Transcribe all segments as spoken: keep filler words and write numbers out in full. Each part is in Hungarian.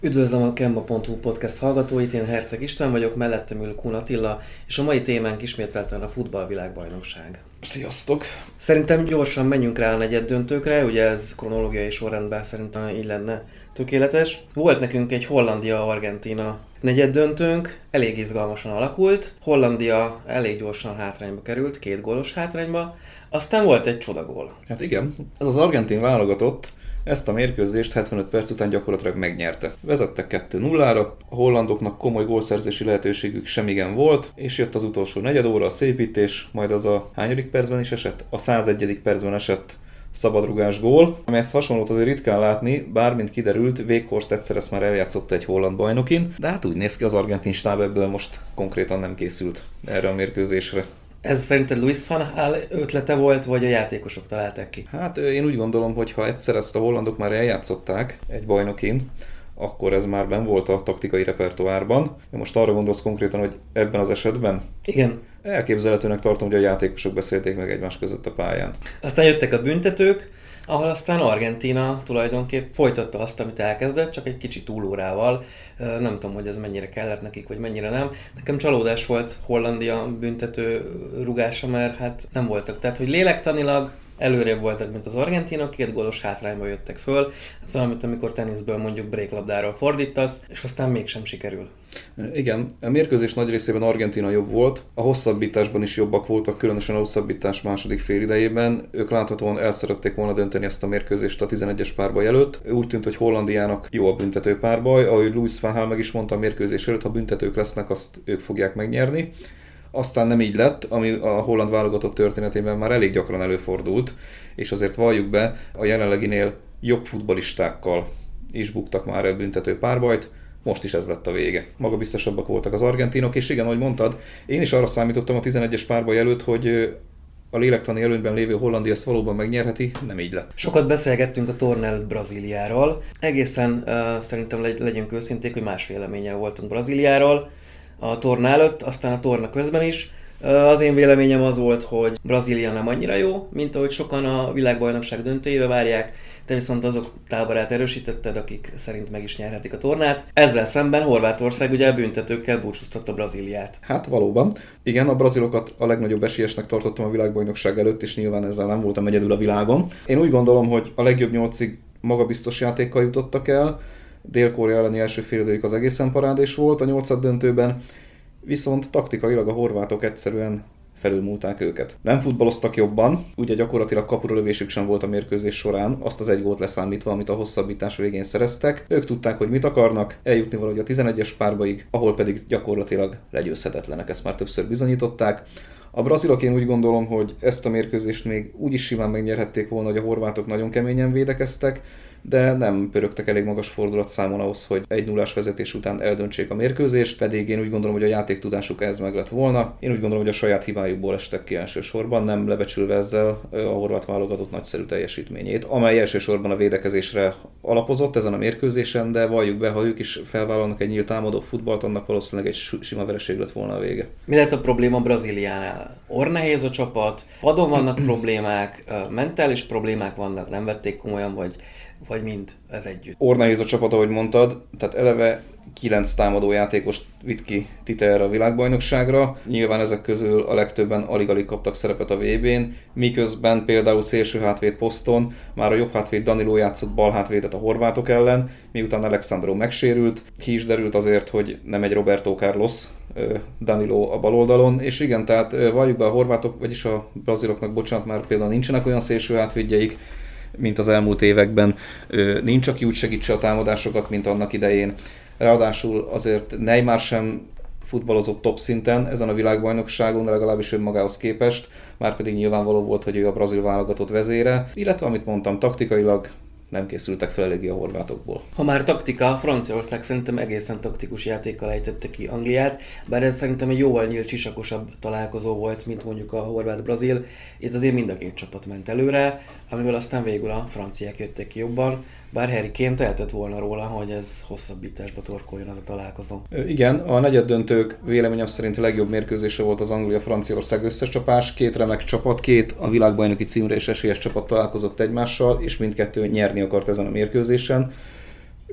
Üdvözlöm a Kemba pont hu podcast hallgatóit, én Herceg István vagyok, mellettem ül Kun Attila, és a mai témánk ismételten a futballvilágbajnokság. Sziasztok! Szerintem gyorsan menjünk rá a negyeddöntőkre, ugye ez kronológiai sorrendben szerintem így lenne tökéletes. Volt nekünk egy Hollandia-Argentína negyeddöntőnk, elég izgalmasan alakult. Hollandia elég gyorsan hátrányba került, két gólos hátrányba, aztán volt egy csodagól. Hát igen, ez az argentin válogatott ezt a mérkőzést hetvenöt perc után gyakorlatilag megnyerte. Vezettek kettő nullára, a hollandoknak komoly gólszerzési lehetőségük semigen volt, és jött az utolsó negyed óra, a szépítés, majd az a hányadik percben is esett? A százegyedik percben esett szabadrugás gól, ami ezt hasonlót azért ritkán látni, bármint kiderült, Weghorst egyszer ezt már eljátszotta egy holland bajnokin, de hát úgy néz ki, az argentin stáb ebből most konkrétan nem készült erre a mérkőzésre. Ez szerinted Louis van Gaal ötlete volt, vagy a játékosok találták ki? Hát én úgy gondolom, hogy ha egyszer ezt a hollandok már eljátszották egy bajnokin, akkor ez már benn volt a taktikai repertoárban. Most arra gondolsz konkrétan, hogy ebben az esetben? Igen. Elképzelhetőnek tartom, hogy a játékosok beszélték meg egymás között a pályán. Aztán jöttek a büntetők, ahol aztán Argentína tulajdonképp folytatta azt, amit elkezdett, csak egy kicsi túlórával. Nem tudom, hogy ez mennyire kellett nekik, vagy mennyire nem. Nekem csalódás volt Hollandia büntető rugása, mert hát nem voltak. Tehát, hogy lélektanilag előrébb voltak, mint az argentinok, két gólos hátrányba jöttek föl. Ez olyan, mint amikor teniszből mondjuk breaklabdáról fordítasz, és aztán mégsem sikerül. Igen, a mérkőzés nagy részében Argentína jobb volt, a hosszabbításban is jobbak voltak, különösen a hosszabbítás második fél idejében. Ők láthatóan el szerették volna dönteni ezt a mérkőzést a tizenegyes párbaj előtt. Úgy tűnt, hogy Hollandiának jó a büntető párbaj, ahogy Louis van Gaal meg is mondta a mérkőzés előtt, ha büntetők lesznek, azt ők fogják megnyerni. Aztán nem így lett, ami a holland válogatott történetében már elég gyakran előfordult, és azért valljuk be, a jelenleginél jobb futballistákkal is buktak már el büntető párbajt, most is ez lett a vége. Magabiztosabbak voltak az argentinok, és igen, ahogy mondtad, én is arra számítottam a tizenegyes párbaj előtt, hogy a lélektani előnyben lévő Hollandia ezt valóban megnyerheti, nem így lett. Sokat beszélgettünk a torna előtt Brazíliáról. Egészen uh, szerintem legy- legyünk őszinték, hogy más véleménnyel voltunk Brazíliáról a torna előtt, aztán a torna közben is. Az én véleményem az volt, hogy Brazília nem annyira jó, mint ahogy sokan a világbajnokság döntőjébe várják, te viszont azok táborát erősítetted, akik szerint meg is nyerhetik a tornát. Ezzel szemben Horvátország ugye büntetőkkel búcsúztatta Brazíliát. Hát valóban. Igen, a brazilokat a legnagyobb esélyesnek tartottam a világbajnokság előtt, és nyilván ezzel nem voltam egyedül a világon. Én úgy gondolom, hogy a legjobb nyolcig magabiztos játékkal jutottak el, Dél-Korea elleni első félidőjük az egészen parádés volt a nyolcad döntőben, viszont taktikailag a horvátok egyszerűen felülmúlták őket. Nem futballoztak jobban, ugye gyakorlatilag kapuralövésük sem volt a mérkőzés során, azt az egy gólt leszámítva, amit a hosszabbítás végén szereztek. Ők tudták, hogy mit akarnak, eljutni valahogy a tizenegyes párbaig, ahol pedig gyakorlatilag legyőzhetetlenek, ezt már többször bizonyították. A brazilok, én úgy gondolom, hogy ezt a mérkőzést még úgy is simán megnyerhették volna, hogy a horvátok nagyon keményen védekeztek, de nem pörögtek elég magas fordulatszámon ahhoz, hogy egy nullás vezetés után eldöntsék a mérkőzést, pedig én úgy gondolom, hogy a játéktudásuk ehhez meg lett volna. Én úgy gondolom, hogy a saját hibájukból estek ki elsősorban, nem lebecsülve ezzel a horvát válogatott nagyszerű teljesítményét, amely elsősorban a védekezésre alapozott ezen a mérkőzésen, de valljuk be, ha ők is felvállalnak egy nyílt támadó futballt, annak valószínűleg egy sima vereség lett volna a vége. Mi lett a probléma Brazíliánál? Orrnehéz a csapat, padon vannak problémák, mentális problémák vannak, nem vették komolyan, vagy vagy mind ez együtt? Orrnehéz a csapat, ahogy mondtad, tehát eleve kilenc támadó játékost vitt ki Tite erre a világbajnokságra. Nyilván ezek közül a legtöbben alig-alig kaptak szerepet a vé bén, miközben például szélső hátvéd poszton már a jobb hátvéd Danilo játszott bal hátvédet a horvátok ellen, miután Alexandro megsérült. Ki is derült azért, hogy nem egy Roberto Carlos Danilo a bal oldalon, és igen, tehát valljuk be a horvátok, vagyis a braziloknak, bocsánat, már például nincsenek olyan szélső hátvédjeik, mint az elmúlt években. Nincs, aki úgy segítse a támadásokat, mint annak idején. Ráadásul azért Neymar sem futballozott top szinten ezen a világbajnokságon, legalábbis önmagához képest, már pedig nyilvánvaló volt, hogy ő a brazil válogatott vezére, illetve amit mondtam, taktikailag nem készültek fel eléggé a horvátokból. Ha már taktika, Franciaország szerintem egészen taktikus játékkal ejtette ki Angliát, bár ez szerintem egy jóval nyílt csisakosabb találkozó volt, mint mondjuk a horvát-brazil. Itt azért mind a két csapat ment előre, amivel aztán végül a franciák jöttek ki jobban, bár Harry Kane tehetett volna róla, hogy ez hosszabbításba torkoljon az a találkozó. Igen, a negyeddöntők véleményem szerint a legjobb mérkőzése volt az Anglia-Franciaország összecsapás. Két remek csapat, két a világbajnoki címre és esélyes csapat találkozott egymással, és mindkettő nyerni akart ezen a mérkőzésen.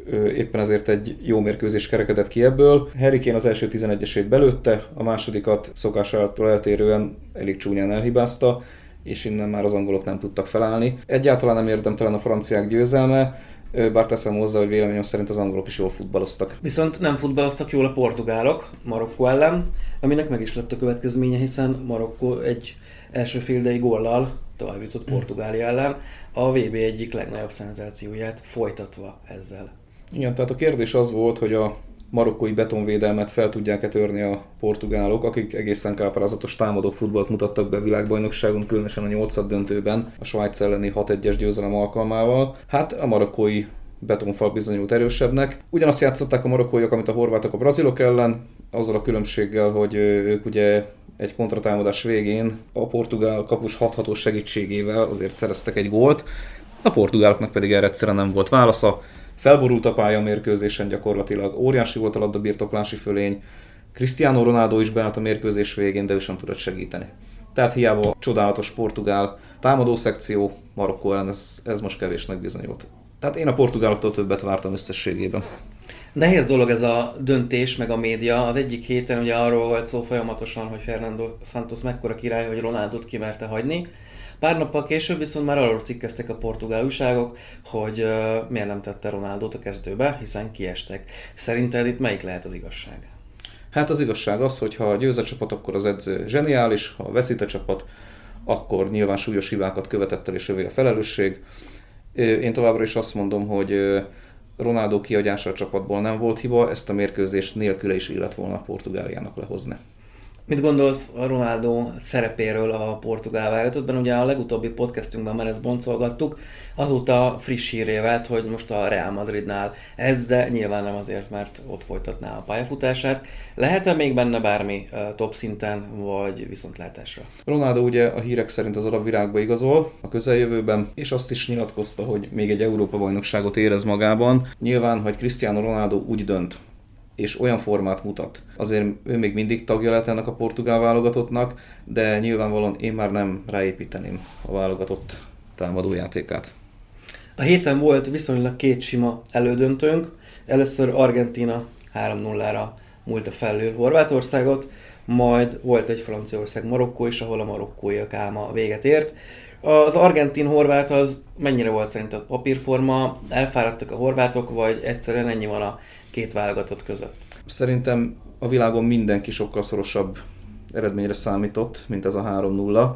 éppen ezért egy jó mérkőzés kerekedett ki ebből. Harry Kane az első tizenegyesét belőtte, a másodikat szokásától eltérően elég csúnyán elhibázta, és innen már az angolok nem tudtak felállni. Egyáltalán nem érdemtelen a franciák győzelme, bár teszem hozzá, hogy véleményem szerint az angolok is jól futballoztak. Viszont nem futballoztak jól a portugálok Marokkó ellen, aminek meg is lett a következménye, hiszen Marokkó egy első féldei góllal tovább jutott Portugália ellen, a vé bé egyik legnagyobb szenzációját folytatva ezzel. Igen, tehát a kérdés az volt, hogy a marokkói betonvédelmet fel tudják-e törni a portugálok, akik egészen káprázatos támadó futballt mutattak be a világbajnokságon, különösen a nyolcad döntőben a Svájc elleni hat egyes győzelem alkalmával. Hát a marokkói betonfal bizonyult erősebbnek. Ugyanazt játszották a marokkóiak, amit a horvátok a brazilok ellen, azzal a különbséggel, hogy ők ugye egy kontratámadás végén a portugál kapus hathatós segítségével azért szereztek egy gólt, a portugáloknak pedig erre egyszerűen nem volt válasza. Felborult a pálya a mérkőzésen gyakorlatilag, óriási volt a labdabirtoklási fölény, Cristiano Ronaldo is beállt a mérkőzés végén, de ő sem tudott segíteni. Tehát hiába csodálatos portugál támadó szekció, Marokkó ellen ez, ez most kevésnek bizonyult. Tehát én a portugáloktól többet vártam összességében. Nehéz dolog ez a döntés, meg a média. Az egyik héten ugye arról volt szó folyamatosan, hogy Fernando Santos mekkora király, hogy Ronaldot kimerte hagyni. Pár nappal később viszont már arról cikkeztek a portugál újságok, hogy uh, miért nem tette Ronaldot a kezdőbe, hiszen kiestek. Szerinted itt melyik lehet az igazság? Hát az igazság az, hogy ha győz a csapat, akkor az edző zseniális, ha veszít a csapat, akkor nyilván súlyos hibákat követett el, és övé a felelősség. Én továbbra is azt mondom, hogy Ronaldo kiagyása a csapatból nem volt hiba, ezt a mérkőzést nélküle is illet volna a Portugáliának lehozni. Mit gondolsz a Ronaldo szerepéről a portugál válogatottban? Ugye a legutóbbi podcastunkban már ezt boncolgattuk, azóta friss hírré vált, hogy most a Real Madridnál edz, de nyilván nem azért, mert ott folytatná a pályafutását. Lehet-e még benne bármi top szinten, vagy viszontlátásra? Ronaldo ugye a hírek szerint az arab világba igazol a közeljövőben, és azt is nyilatkozta, hogy még egy Európa-bajnokságot érez magában. Nyilván, hogy Cristiano Ronaldo úgy dönt, és olyan formát mutat. Azért ő még mindig tagja lehet ennek a portugál válogatottnak, de nyilvánvalóan én már nem ráépíteném a válogatott támadójátékát. A héten volt viszonylag két sima elődöntőnk. Először Argentína három nullára múlta felül Horvátországot, majd volt egy Franciaország-Marokkó is, ahol a marokkóiak álma véget ért. Az argentin-horvát az mennyire volt szerinted papírforma? Elfáradtak a horvátok, vagy egyszerűen ennyi van a két válogatott között? Szerintem a világon mindenki sokkal szorosabb eredményre számított, mint ez a három nulla.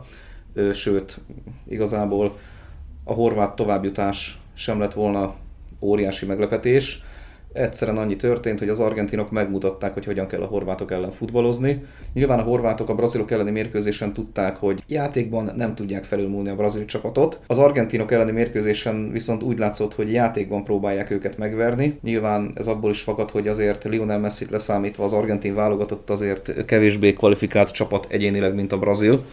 Sőt, igazából a horvát továbbjutás sem lett volna óriási meglepetés. Egyszerűen annyi történt, hogy az argentinok megmutatták, hogy hogyan kell a horvátok ellen futballozni. Nyilván a horvátok a brazilok elleni mérkőzésen tudták, hogy játékban nem tudják felülmúlni a brazil csapatot. Az argentinok elleni mérkőzésen viszont úgy látszott, hogy játékban próbálják őket megverni. Nyilván ez abból is fakad, hogy azért Lionel Messit leszámítva az argentin válogatott azért kevésbé kvalifikált csapat egyénileg, mint a brazil.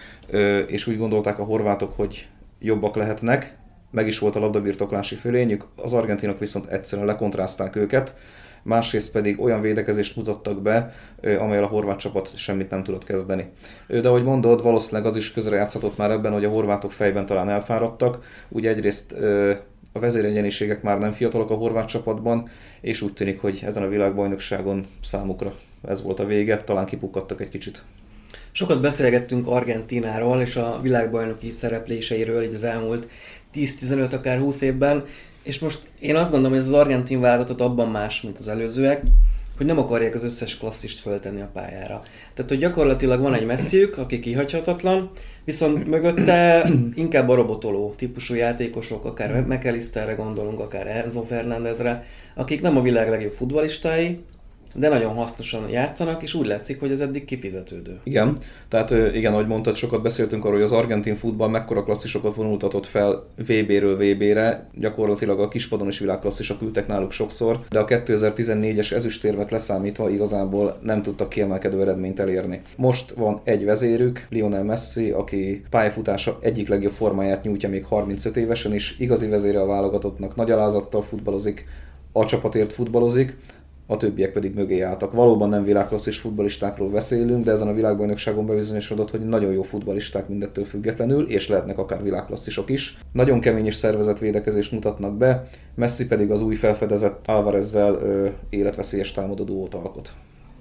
És úgy gondolták a horvátok, hogy jobbak lehetnek. Meg is volt a labdabirtoklási fölényük, az argentinok viszont egyszerűen lekontrázták őket, másrészt pedig olyan védekezést mutattak be, amelyel a horvát csapat semmit nem tudott kezdeni. De ahogy mondod, valószínűleg az is közrejátszhatott már ebben, hogy a horvátok fejben talán elfáradtak, ugye egyrészt a vezéregyeniségek már nem fiatalok a horvát csapatban, és úgy tűnik, hogy ezen a világbajnokságon számukra ez volt a vége, talán kipukkadtak egy kicsit. Sokat beszélgettünk Argentínáról és a világbajnoki szerepléseiről így az elmúlt tíz-tizenöt, akár húsz évben, és most én azt gondolom, hogy ez az argentin válogatott abban más, mint az előzőek, hogy nem akarják az összes klasszist föltenni a pályára. Tehát, hogy gyakorlatilag van egy Messiük, aki kihagyhatatlan, viszont mögötte inkább a robotoló típusú játékosok, akár McAllisterre gondolunk, akár Enzo Fernándezre, akik nem a világ legjobb futballistái, de nagyon hasznosan játszanak, és úgy látszik, hogy ez eddig kifizetődő. Igen, tehát igen, ahogy mondtad, sokat beszéltünk arról, hogy az argentin futball mekkora klasszisokat vonultatott fel vé béről vé bére, gyakorlatilag a kispadon is világklasszisok ültek náluk sokszor, de a kétezer-tizennégyes ezüstérmet leszámítva igazából nem tudtak kiemelkedő eredményt elérni. Most van egy vezérük, Lionel Messi, aki pályafutása egyik legjobb formáját nyújtja még harmincöt évesen is, igazi vezére a válogatottnak, nagy alázattal futballozik, a csapatért futballozik. a többiek pedig mögé álltak. Valóban nem világklasszis futballistákról beszélünk, de ezen a világbajnokságon bebizonyosodott, hogy nagyon jó futballisták mindettől függetlenül, és lehetnek akár világklasszisok is. Nagyon kemény és szervezett védekezést mutatnak be, Messi pedig az új felfedezett Alvarezzel ö, életveszélyes támadó duót alkot.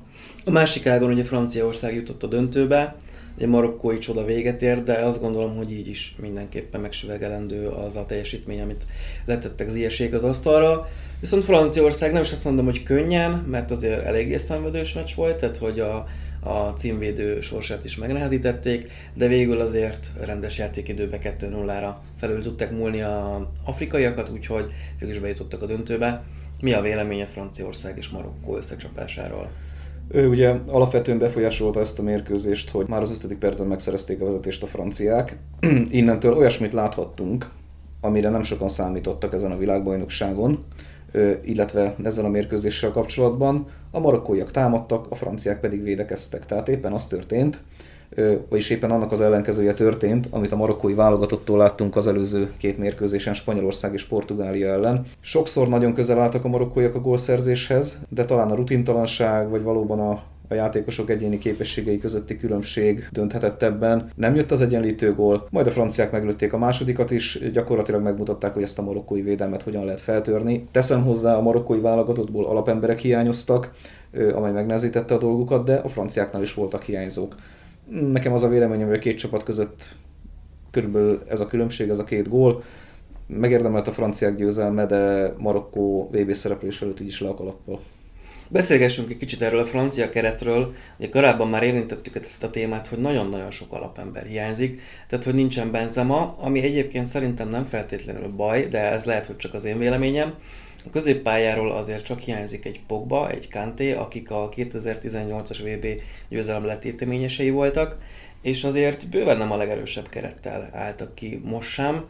A másik ágon ugye Franciaország jutott a döntőbe, egy marokkói csoda véget ér, de azt gondolom, hogy így is mindenképpen megsüvegelendő az a teljesítmény, amit letettek ziesék az asztalra. Viszont Franciaország nem is azt mondom, hogy könnyen, mert azért eléggé szenvedős meccs volt, tehát hogy a, a címvédő sorsát is megnehezítették, de végül azért rendes játékidőbe kettő nullára felül tudták múlni az afrikaiakat, úgyhogy ők is bejutottak a döntőbe. Mi a véleményed Franciaország és Marokkó összecsapásáról? Ő ugye alapvetően befolyásolta ezt a mérkőzést, hogy már az ötödik percben megszerezték a vezetést a franciák. Innentől olyasmit láthattunk, amire nem sokan számítottak ezen a világbajnokságon, illetve ezzel a mérkőzéssel kapcsolatban. A marokkóiak támadtak, a franciák pedig védekeztek. Tehát éppen az történt, vagyis éppen annak az ellenkezője történt, amit a marokkói válogatottól láttunk az előző két mérkőzésen, Spanyolország és Portugália ellen. Sokszor nagyon közel álltak a marokkóiak a gólszerzéshez, de talán a rutintalanság, vagy valóban a, a játékosok egyéni képességei közötti különbség dönthetett ebben. Nem jött az egyenlítő gól, majd a franciák meglőtték a másodikat is, gyakorlatilag megmutatták, hogy ezt a marokkói védelmet hogyan lehet feltörni. Teszem hozzá, a marokkói válogatottból alapemberek hiányoztak, amely megnehezítette a dolgukat, de a franciáknál is voltak hiányzók. Nekem az a véleményem, hogy a két csapat között körülbelül ez a különbség, ez a két gól. Megérdemelt a franciák győzelme, de Marokkó vé bé szereplés előtt így is le a kalappal. Beszélgessünk egy kicsit erről a francia keretről. Ugye korábban már érintettük ezt a témát, hogy nagyon-nagyon sok alapember hiányzik, tehát hogy nincsen Benzema, ami egyébként szerintem nem feltétlenül baj, de ez lehet, hogy csak az én véleményem. A középpályáról azért csak hiányzik egy Pogba, egy Kanté, akik a kétezer-tizennyolcas vé bé győzelem letéteményesei voltak, és azért bőven nem a legerősebb kerettel álltak ki most sem,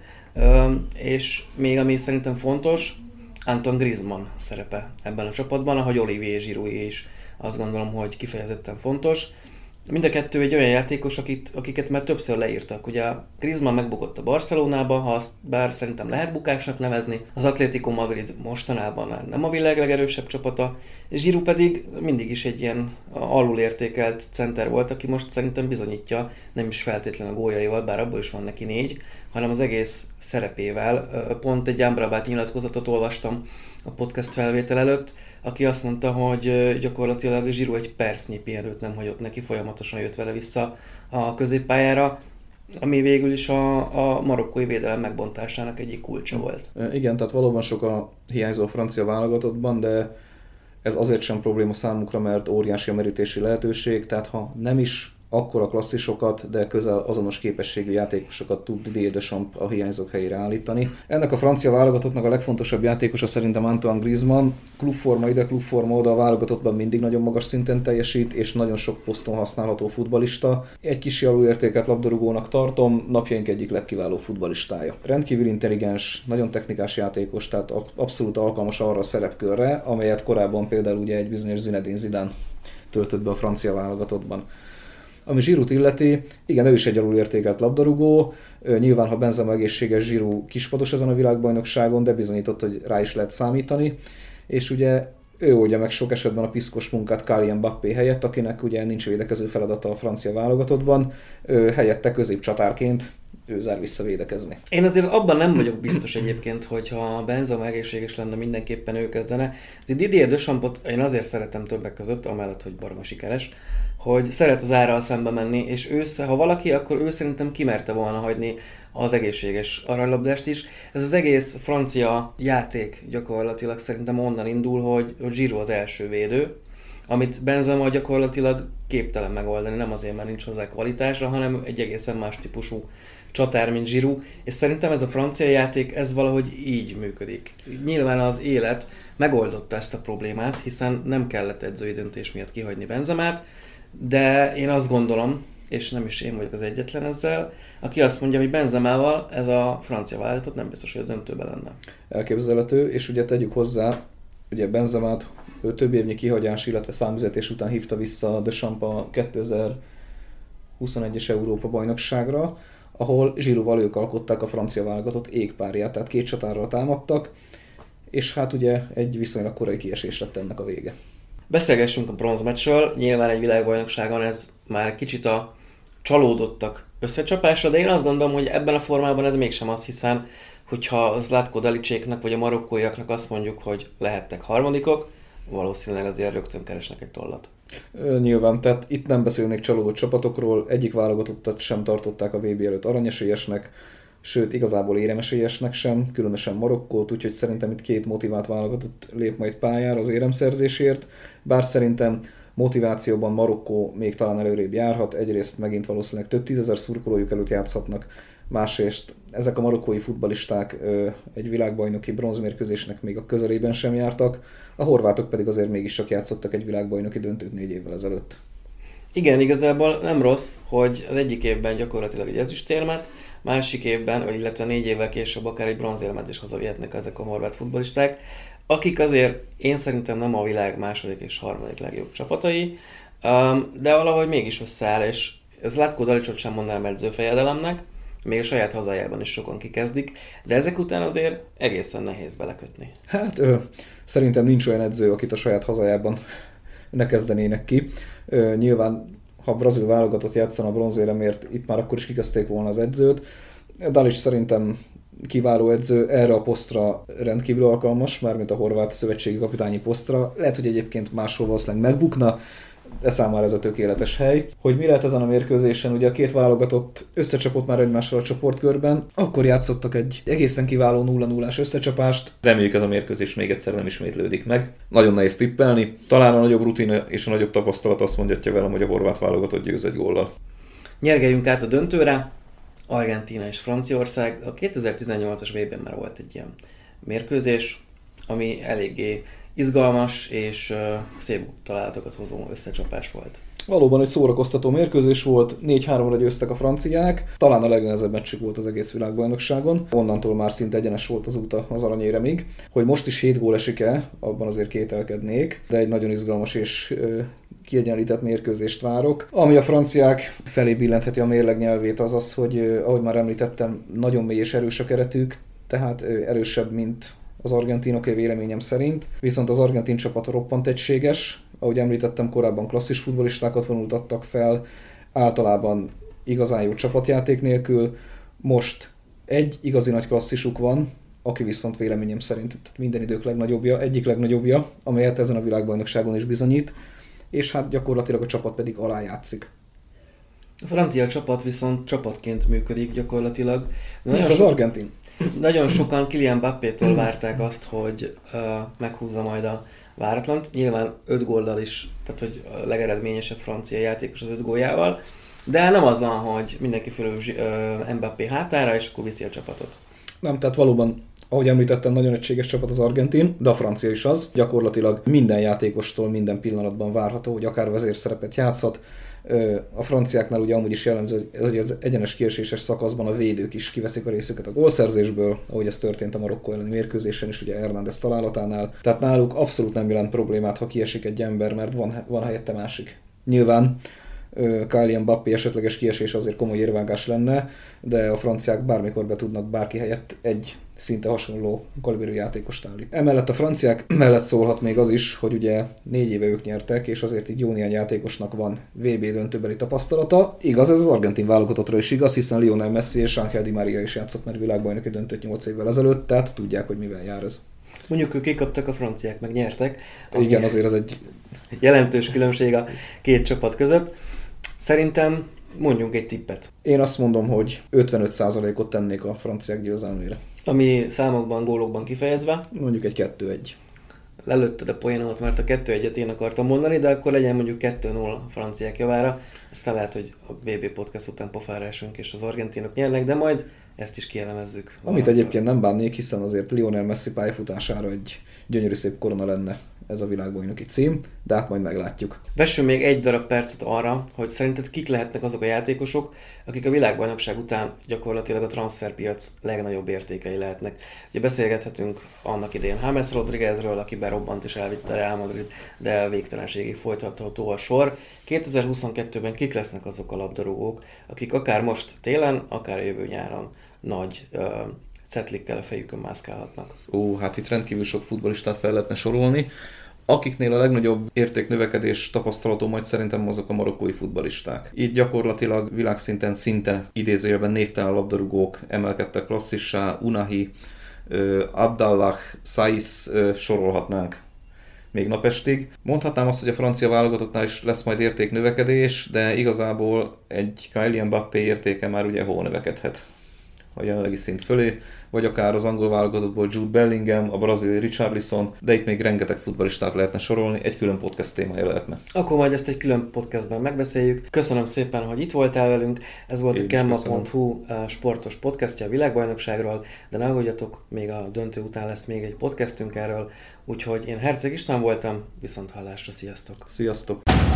és még ami szerintem fontos, Antoine Griezmann szerepe ebben a csapatban, ahogy Olivier Giroud is azt gondolom, hogy kifejezetten fontos. Mind a kettő egy olyan játékos, akit, akiket már többször leírtak. Ugye Griezmann megbukott a Barcelonába, ha azt bár szerintem lehet bukásnak nevezni. Az Atlético Madrid mostanában nem a világ legerősebb csapata, és Giroud pedig mindig is egy ilyen alulértékelt center volt, aki most szerintem bizonyítja, nem is feltétlenül a góljaival, bár abból is van neki négy, hanem az egész szerepével. Pont egy Amrabat nyilatkozatot olvastam a podcast felvétel előtt, aki azt mondta, hogy gyakorlatilag Giroud egy percnyi pihenőt nem hagyott neki, folyamatosan jött vele vissza a középpályára, ami végül is a, a marokkói védelem megbontásának egyik kulcsa volt. Igen, tehát valóban sok a hiányzó a francia válogatottban, de ez azért sem probléma számukra, mert óriási a merítési lehetőség, tehát ha nem is akkora klasszisokat, de közel azonos képességű játékosokat tud Didier Deschamps a hiányzók helyére állítani. Ennek a francia válogatottnak a legfontosabb játékosa szerintem Antoine Griezmann. Klubforma ide, klubforma oda, a válogatottban mindig nagyon magas szinten teljesít, és nagyon sok poszton használható futballista. Egy kis alulértékelt labdarúgónak tartom, napjaink egyik legkiváló futballistája. Rendkívül intelligens, nagyon technikás játékos, tehát abszolút alkalmas arra a szerepkörre, amelyet korábban például ugye egy bizonyos Zinedine Zidane töltött be a francia válogatottban. Ami Giroud illeti, igen, ő is egy alulértékelt labdarúgó, nyilván ha Benzema egészséges, Giroud kispados ezen a világbajnokságon, de bizonyított, hogy rá is lehet számítani, és ugye ő oldja meg sok esetben a piszkos munkát Kylian Mbappé helyett, akinek ugye nincs védekező feladata a francia válogatottban, ő helyette középcsatárként ő zár vissza védekezni. Én azért abban nem vagyok biztos egyébként, hogyha Benzema egészséges lenne, mindenképpen ő kezdene. Didier Deschampsot én azért szeretem többek között, amellett, hogy baromi sikeres, hogy szeret az árral szembe menni, és ő, ha valaki, akkor ő szerintem kimerte volna hagyni az egészséges aranylabdást is. Ez az egész francia játék gyakorlatilag szerintem onnan indul, hogy Giroud az első védő, amit Benzema gyakorlatilag képtelen megoldani, nem azért, mert nincs hozzá kvalitásra, hanem egy egészen más típusú csatár, mint Giroud, és szerintem ez a francia játék, ez valahogy így működik. Nyilván az élet megoldotta ezt a problémát, hiszen nem kellett edzői döntés miatt kihagyni Benzemát, de én azt gondolom, és nem is én vagyok az egyetlen ezzel, aki azt mondja, hogy Benzemával ez a francia vállalatot nem biztos, hogy a döntőben lenne. Elképzelhető, és ugye tegyük hozzá, ugye Benzemát több évnyi kihagyás, illetve számüzetés után hívta vissza Deschamps a kétezer-huszonegyes Európa-bajnokságra, ahol Giroudval ők alkották a francia válogatott égpárját, tehát két csatárral támadtak, és hát ugye egy viszonylag korai kiesés lett ennek a vége. Beszélgessünk a bronzmeccsről, nyilván egy világbajnokságon ez már kicsit a csalódottak összecsapásra, de én azt gondolom, hogy ebben a formában ez mégsem az, hiszen hogyha az Zlatko Dalicséknak vagy a marokkóiaknak azt mondjuk, hogy lehettek harmadikok, valószínűleg azért rögtön keresnek egy tollat. Nyilván, tehát itt nem beszélnék csalódott csapatokról, egyik válogatottat sem tartották a vé bé előtt aranyesélyesnek, sőt igazából éremesélyesnek sem, különösen Marokkót, úgyhogy szerintem itt két motivált válogatott lép majd pályára az éremszerzésért, bár szerintem motivációban Marokkó még talán előrébb járhat, egyrészt megint valószínűleg több tízezer szurkolójuk előtt játszhatnak, másrészt ezek a marokkói futballisták ö, egy világbajnoki bronzmérkőzésnek még a közelében sem jártak, a horvátok pedig azért mégiscsak játszottak egy világbajnoki döntőt négy évvel ezelőtt. Igen, igazából nem rossz, hogy az egyik évben gyakorlatilag egy ezüstérmet, másik évben, vagy illetve négy évvel később akár egy bronzérmet is hazavihetnek ezek a horvát futballisták, akik azért én szerintem nem a világ második és harmadik legjobb csapatai, de valahogy mégis összeáll, és Zlatko Dalicsot sem mondanám edzőfejedelemnek, még a saját hazájában is sokan kikezdik, de ezek után azért egészen nehéz belekötni. Hát ö, szerintem nincs olyan edző, akit a saját hazájában ne kezdenének ki. Ö, nyilván, ha a brazil válogatott játszana a bronzéremért, itt már akkor is kikezdték volna az edzőt. Dalic szerintem kiváló edző, erre a posztra rendkívül alkalmas, mármint a horvát szövetségi kapitányi posztra. Lehet, hogy egyébként máshol valószínűleg megbukna, de számára ez a tökéletes hely. Hogy mi lehet ezen a mérkőzésen, ugye a két válogatott összecsapott már egymással a csoportkörben, akkor játszottak egy egészen kiváló nulla nullás összecsapást. Reméljük ez a mérkőzés még egyszer nem ismétlődik meg. Nagyon nehéz tippelni. Talán a nagyobb rutin és a nagyobb tapasztalat azt mondja velem, hogy a horvát válogatott győz egy góllal. Nyergeljünk át a döntőre. Argentína és Franciaország. A kétezer-tizennyolcas vé bén már volt egy ilyen mérkőzés, ami eléggé izgalmas és uh, szép találatokat hozó összecsapás volt. Valóban egy szórakoztató mérkőzés volt, négy háromra győztek a franciák, talán a legnehezebb meccsük volt az egész világbajnokságon, onnantól már szinte egyenes volt az út az aranyéremig. Hogy most is hét gól esik-e, abban azért kételkednék, de egy nagyon izgalmas és uh, kiegyenlített mérkőzést várok. Ami a franciák felé billentheti a mérleg nyelvét az az, hogy uh, ahogy már említettem, nagyon mély és erős a keretük, tehát uh, erősebb, mint az argentinoké véleményem szerint, viszont az argentin csapat roppant egységes, ahogy említettem korábban klasszis futballistákat vonultattak fel, általában igazán jó csapatjáték nélkül, most egy igazi nagy klasszisuk van, aki viszont véleményem szerint minden idők legnagyobbja, egyik legnagyobbja, amelyet ezen a világbajnokságon is bizonyít, és hát gyakorlatilag a csapat pedig alájátszik. A francia csapat viszont csapatként működik gyakorlatilag. Nagyon az so- argentin. Nagyon sokan Kylian Mbappétól várták azt, hogy uh, meghúzza majd a váratlant. Nyilván öt góllal is, tehát hogy a legeredményesebb francia játékos az öt góljával, de nem az van, hogy mindenki fölül uh, Mbappé hátára, és akkor viszi a csapatot. Nem, tehát valóban, ahogy említettem, nagyon egységes csapat az argentin, de a francia is az. Gyakorlatilag minden játékostól minden pillanatban várható, hogy akár vezérszerepet játszhat. A franciáknál ugye amúgy is jellemző, hogy az egyenes kieséses szakaszban a védők is kiveszik a részüket a gólszerzésből, ahogy ez történt a Marokkó elleni mérkőzésen is, ugye Hernández találatánál. Tehát náluk abszolút nem jelent problémát, ha kiesik egy ember, mert van, van helyette másik. Nyilván Kylian Mbappé esetleges kiesés azért komoly érvágás lenne, de a franciák bármikor be tudnak bárki helyett egy szinte hasonló kaliberű játékost állít. Emellett a franciák mellett szólhat még az is, hogy ugye négy éve ők nyertek, és azért így jó néhány játékosnak van vé bé döntőbeli tapasztalata. Igaz, ez az argentin válogatottra is igaz, hiszen Lionel Messi és Ángel Di Maria is játszott már világbajnoki döntőt nyolc évvel ezelőtt, tehát tudják, hogy mivel jár ez. Mondjuk ők kikaptak, a franciák meg nyertek. Igen, azért ez egy jelentős különbség a két csapat között. Szerintem mondjunk egy tippet. Én azt mondom, hogy ötvenöt százalékot tennék a franciák győzelmére. Ami számokban, gólokban kifejezve. Mondjuk egy kettő egy. Lelőtted a poénomat, mert a kettő egyet én akartam mondani, de akkor legyen mondjuk kettő null a franciák javára. Aztán lehet, hogy a vé bé podcast után pofára esünk és az argentinok nyernek, de majd ezt is kielemezzük. Amit egyébként nem bánnék, hiszen azért Lionel Messi pályafutására egy gyönyörű szép korona lenne ez a világbajnoki cím, de hát majd meglátjuk. Vessünk még egy darab percet arra, hogy szerinted kik lehetnek azok a játékosok, akik a világbajnokság után gyakorlatilag a transferpiac legnagyobb értékei lehetnek. Ugye beszélgethetünk annak idején James Rodriguezről, aki berobbant és elvitte a Real Madrid, de végtelenségig folytatható a sor. kétezer-huszonkettőben kik lesznek azok a labdarúgók, akik akár most télen, akár jövő nyáron nagy uh, cetlikkel a fejükön mászkálhatnak. Ó, hát itt rendkívül sok futballistát fel lehetne sorolni. Akiknél a legnagyobb értéknövekedés tapasztalható majd szerintem azok a marokkói futballisták. Itt gyakorlatilag világszinten szinte idézőjelben névtelen labdarúgók emelkedtek klasszissá, Unahi, Abdallah, Saisz sorolhatnánk még napestig. Mondhatnám azt, hogy a francia válogatottnál is lesz majd értéknövekedés, de igazából egy Kylian Mbappé értéke már ugye hol növekedhet a jelenlegi szint fölé, vagy akár az angol válogatottból Jude Bellingham, a brazil Richarlison, de itt még rengeteg futballistát lehetne sorolni, egy külön podcast témája lehetne. Akkor majd ezt egy külön podcastben megbeszéljük. Köszönöm szépen, hogy itt voltál velünk. Ez volt Én a Kemma pont hu sportos podcastja a világbajnokságról, de ne aggódjatok, még a döntő után lesz még egy podcastünk erről, úgyhogy én Herceg István voltam, viszont hallásra, sziasztok! Sziasztok!